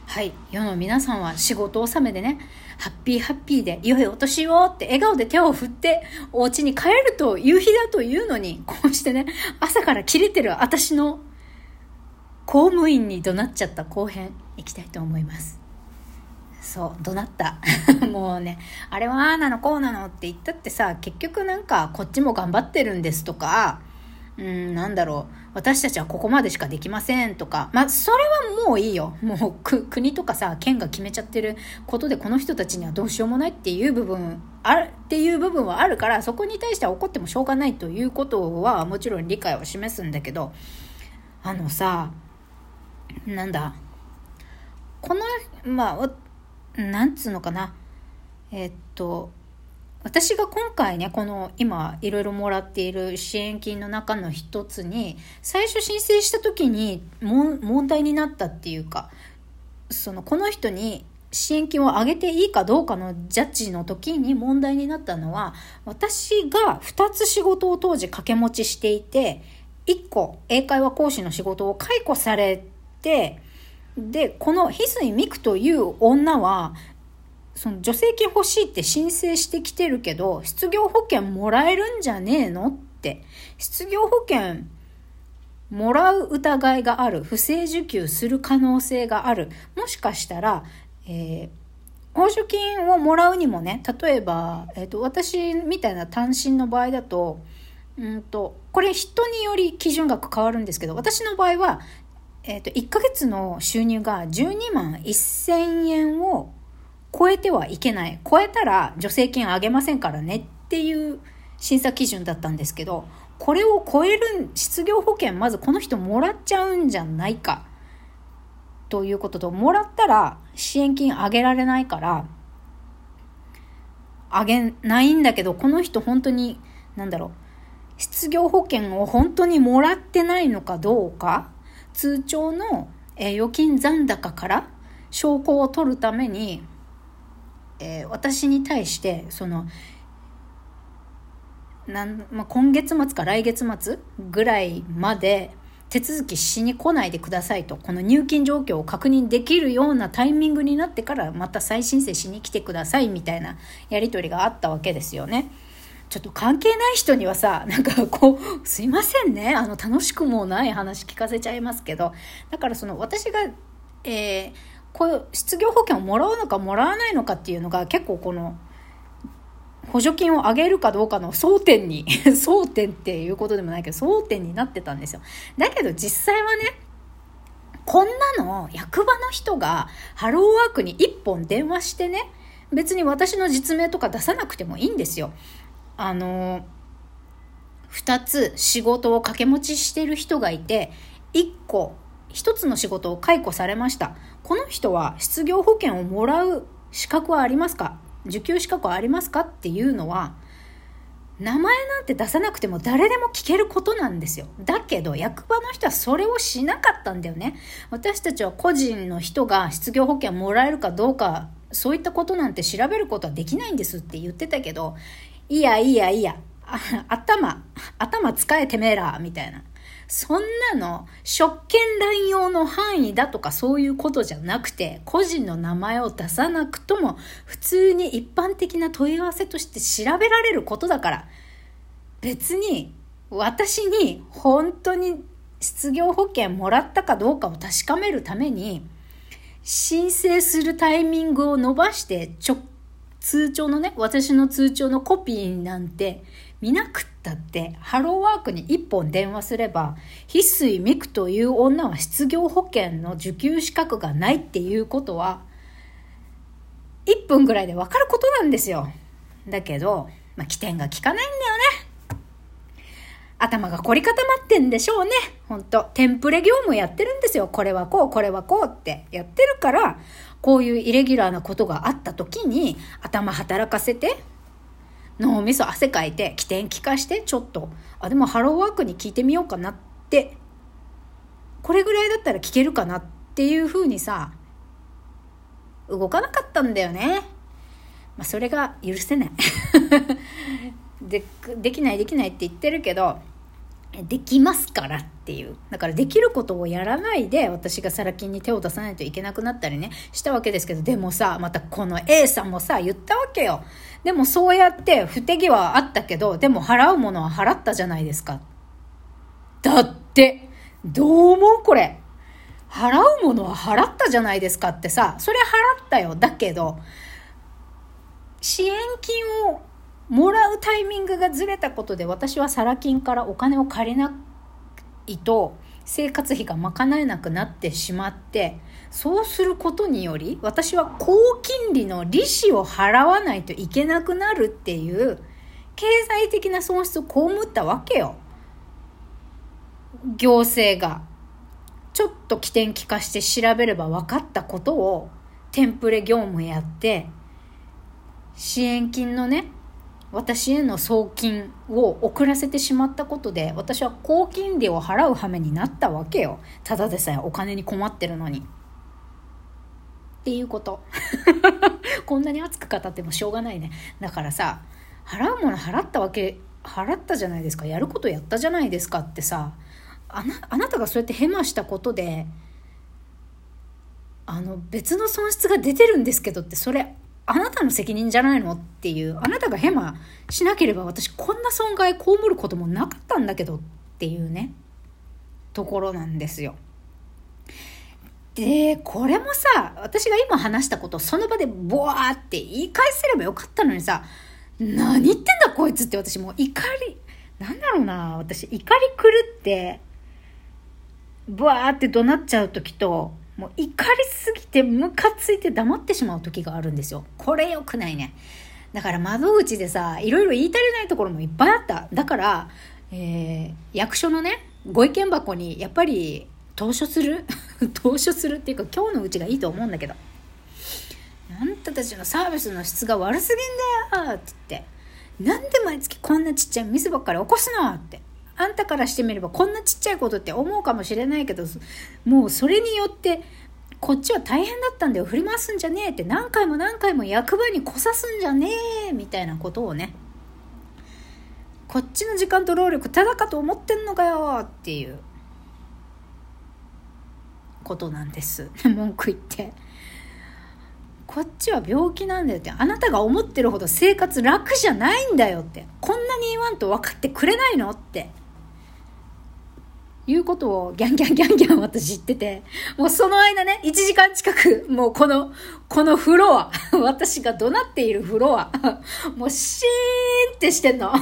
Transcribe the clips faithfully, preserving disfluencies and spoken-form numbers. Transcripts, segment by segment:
はい、世の皆さんは仕事納めでね、ハッピーハッピーで良いお年をって笑顔で手を振ってお家に帰ると夕日だというのに、こうしてね、朝から切れてる私の公務員に怒鳴っちゃった後編いきたいと思います。そう怒鳴ったもうね、あれはああなのこうなのって言ったってさ、結局なんかこっちも頑張ってるんですとか、うーんなんだろう、私たちはここまでしかできませんとか、まあそれはもういいよ。もうく国とかさ県が決めちゃってることで、この人たちにはどうしようもないっていう部分あるっていう部分はあるから、そこに対しては怒ってもしょうがないということはもちろん理解を示すんだけど、あのさ、なんだこのまあなんつうのかな、えっと私が今回ね、この今いろいろもらっている支援金の中の一つに、最初申請した時にも問題になったっていうか、そのこの人に支援金を上げていいかどうかのジャッジの時に問題になったのは、私がふたつ仕事を当時掛け持ちしていて、いっこ英会話講師の仕事を解雇されて、でこの翡翠美久という女はその助成金欲しいって申請してきてるけど、失業保険もらえるんじゃねえのって、失業保険もらう疑いがある、不正受給する可能性がある、もしかしたら、えー、報奨金をもらうにもね、例えば、えーと、私みたいな単身の場合だと、うんとこれ人により基準額変わるんですけど、私の場合は、えーと、いっかげつの収入がじゅうにまんせんえんを超えてはいけない。超えたら助成金あげませんからねっていう審査基準だったんですけど、これを超える失業保険、まずこの人もらっちゃうんじゃないかということと、もらったら支援金あげられないからあげないんだけど、この人本当になんだろう、失業保険を本当にもらってないのかどうか、通帳の預金残高から証拠を取るために、えー、私に対してそのなん、まあ、今月末か来月末ぐらいまで手続きしに来ないでくださいと、この入金状況を確認できるようなタイミングになってからまた再申請しに来てくださいみたいなやり取りがあったわけですよね。ちょっと関係ない人にはさ、なんかこうすいませんね、あの楽しくもない話聞かせちゃいますけど、だからその私が、えー、こういう失業保険をもらうのかもらわないのかっていうのが結構この補助金を上げるかどうかの争点に争点っていうことでもないけど争点になってたんですよ。だけど実際はね、こんなの役場の人がハローワークに一本電話してね、別に私の実名とか出さなくてもいいんですよ。あのふたつ仕事を掛け持ちしている人がいて、いっこひとつの仕事を解雇されました。この人は失業保険をもらう資格はありますか、受給資格はありますかっていうのは、名前なんて出さなくても誰でも聞けることなんですよ。だけど役場の人はそれをしなかったんだよね。私たちは個人の人が失業保険もらえるかどうか、そういったことなんて調べることはできないんですって言ってたけど、いやいやいや、頭頭使えてめえらみたいな、そんなの職権乱用の範囲だとかそういうことじゃなくて、個人の名前を出さなくとも普通に一般的な問い合わせとして調べられることだから、別に私に本当に失業保険もらったかどうかを確かめるために申請するタイミングを伸ばして直通帳のね、私の通帳のコピーなんて見なくったって、ハローワークに一本電話すれば、翡翠美久という女は失業保険の受給資格がないっていうことはいっぷんぐらいで分かることなんですよ。だけど、まあ、起点が効かないんだよね。頭が凝り固まってんでしょうね。ほんとテンプレ業務やってるんですよ。これはこうこれはこうってやってるから、こういうイレギュラーなことがあった時に頭働かせて、脳みそ汗かいて起点聞かして、ちょっとあでもハローワークに聞いてみようかなって、これぐらいだったら聞けるかなっていう風にさ動かなかったんだよね。まあ、それが許せないで, できないできないって言ってるけど、 できますからっていう。だからできることをやらないで私がサラ金に手を出さないといけなくなったりねしたわけですけど、でもさ、またこの A さんもさ言ったわけよ。でもそうやって不手際はあったけど、でも払うものは払ったじゃないですか。だってどう思うこれ。払うものは払ったじゃないですかってさ、それ払ったよ。だけど支援金をもらうタイミングがずれたことで、私はサラ金からお金を借りないと生活費が賄えなくなってしまって、そうすることにより私は高金利の利子を払わないといけなくなるっていう経済的な損失を被ったわけよ。行政がちょっと起点聞かして調べれば分かったことをテンプレ業務やって、支援金のね私への送金を遅らせてしまったことで、私は高金利を払う羽目になったわけよ。ただでさえお金に困ってるのにっていうことこんなに熱く語ってもしょうがないね。だからさ、払うもの払ったわけ払ったじゃないですか、やることやったじゃないですかってさ、あな、あなたがそうやってヘマしたことであの別の損失が出てるんですけどって、それあなたの責任じゃないのっていう。あなたがヘマしなければ私こんな損害被ることもなかったんだけどっていうねところなんですよ。でこれもさ、私が今話したことをその場でボワーって言い返せればよかったのにさ、何言ってんだこいつって、私もう怒りなんだろうな私怒り狂ってボワーって怒鳴っちゃう時と、もう怒りすぎてムカついて黙ってしまう時があるんですよ。これ良くないね。だから窓口でさ、いろいろ言い足りないところもいっぱいあった。だから、えー、役所のねご意見箱にやっぱり投書する投書するっていうか今日のうちがいいと思うんだけど、あんたたちのサービスの質が悪すぎんだよって言って、なんで毎月こんなちっちゃいミスばっかり起こすのって、あんたからしてみればこんなちっちゃいことって思うかもしれないけど、もうそれによってこっちは大変だったんだよ、振り回すんじゃねえって、何回も何回も役場に来さすんじゃねえみたいなことをね、こっちの時間と労力ただかと思ってんのかよっていうことなんです文句言って、こっちは病気なんだよって、あなたが思ってるほど生活楽じゃないんだよって、こんなに言わんと分かってくれないのっていうことをギャンギャンギャンギャン私言ってて、もうその間ねいちじかん近くもうこのこのフロア私が怒鳴っているフロアもうシーンってしてんの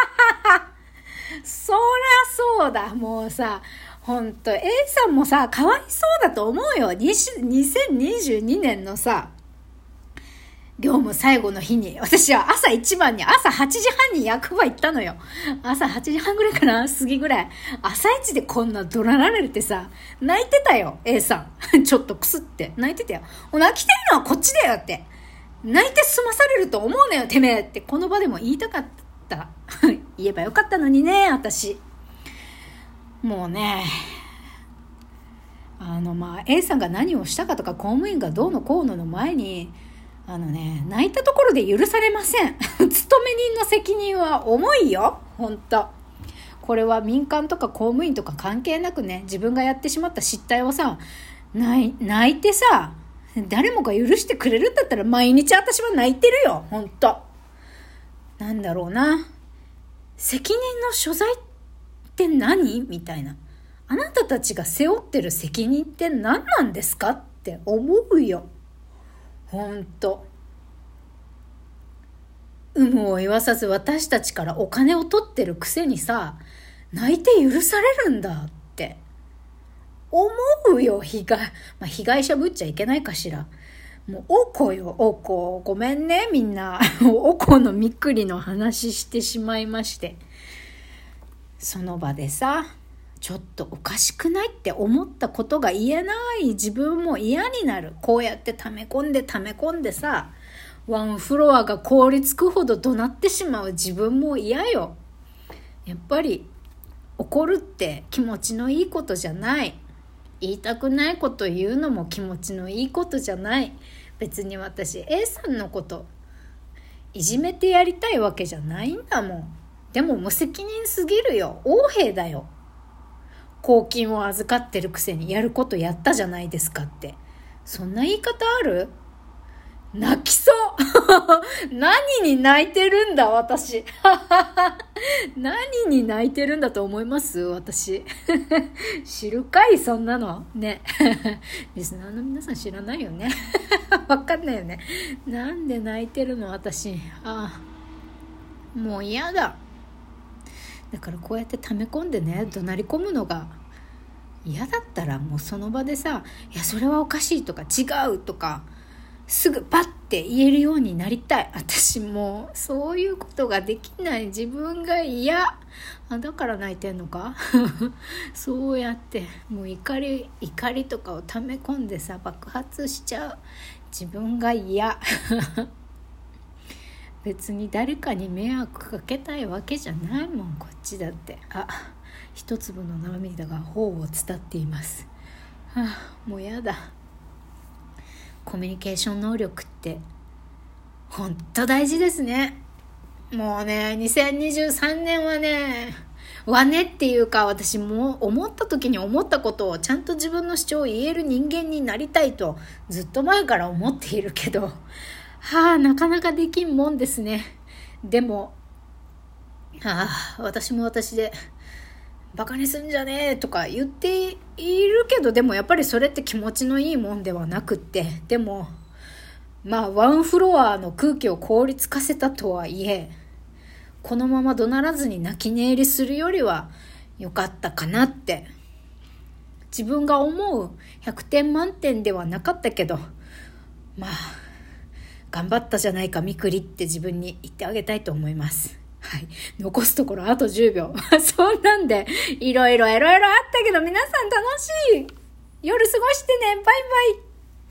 そりゃそうだ、もうさほんと A さんもさかわいそうだと思うよ。にせんにじゅうにねんのさ業務最後の日に、私は朝一番に朝はちじはんに役場行ったのよ。朝はちじはんぐらいかな、過ぎぐらい。朝一でこんな怒鳴られるってさ、泣いてたよ A さんちょっとクスって泣いてたよ。泣きたいのはこっちだよって、泣いて済まされると思うなよてめえってこの場でも言いたかった言えばよかったのにね。私もうね、あのまあ A さんが何をしたかとか公務員がどうのこうのの前に、あのね、泣いたところで許されません勤め人の責任は重いよ。ほんとこれは民間とか公務員とか関係なくね、自分がやってしまった失態をさ泣い、泣いてさ誰もが許してくれるんだったら毎日私は泣いてるよ。ほんとなんだろうな、責任の所在って何みたいな、あなたたちが背負ってる責任って何なんですかって思うよ。ほんと有無を言わさず私たちからお金を取ってるくせにさ、泣いて許されるんだって思うよ。被害、まあ、被害者ぶっちゃいけないかしら。もうおこよおこ、ごめんねみんなおこのみっくりの話してしまいまして、その場でさちょっとおかしくないって思ったことが言えない自分も嫌になる。こうやって溜め込んで溜め込んでさ、ワンフロアが凍りつくほど怒鳴ってしまう自分も嫌よ。やっぱり怒るって気持ちのいいことじゃない。言いたくないこと言うのも気持ちのいいことじゃない。別に私 A さんのこといじめてやりたいわけじゃないんだもん。 でも無責任すぎるよ。横兵だよ。公金を預かってるくせにやることやったじゃないですかって。そんな言い方ある？泣きそう何に泣いてるんだ私何に泣いてるんだと思います私知るかいそんなのねリスナーの皆さん知らないよねわかんないよね。なんで泣いてるの私。ああもう嫌だ。だからこうやって溜め込んでね怒鳴り込むのが嫌だったらもうその場でさ、いやそれはおかしいとか違うとかすぐパッて言えるようになりたい。私もうそういうことができない自分が嫌。あだから泣いてんのかそうやってもう怒り怒りとかを溜め込んでさ爆発しちゃう自分が嫌別に誰かに迷惑かけたいわけじゃないもんこっちだって。あ一粒の涙が頬を伝っています。はあもうやだ。コミュニケーション能力って本当大事ですね。もうねにせんにじゅうさんねんはねはねっていうか私も思った時に思ったことをちゃんと自分の主張を言える人間になりたいとずっと前から思っているけど、はあなかなかできんもんですね。でもはあ私も私でバカにすんじゃねえとか言っているけど、でもやっぱりそれって気持ちのいいもんではなくって、でもまあワンフロアの空気を凍りつかせたとはいえこのまま怒鳴らずに泣き寝入りするよりは良かったかなって。自分が思うひゃくてん満点ではなかったけどまあ頑張ったじゃないかみくりって自分に言ってあげたいと思います。はい。残すところあとじゅうびょう。そんなんで、いろいろいろいろあったけど、皆さん楽しい夜過ごしてね。バイバイ。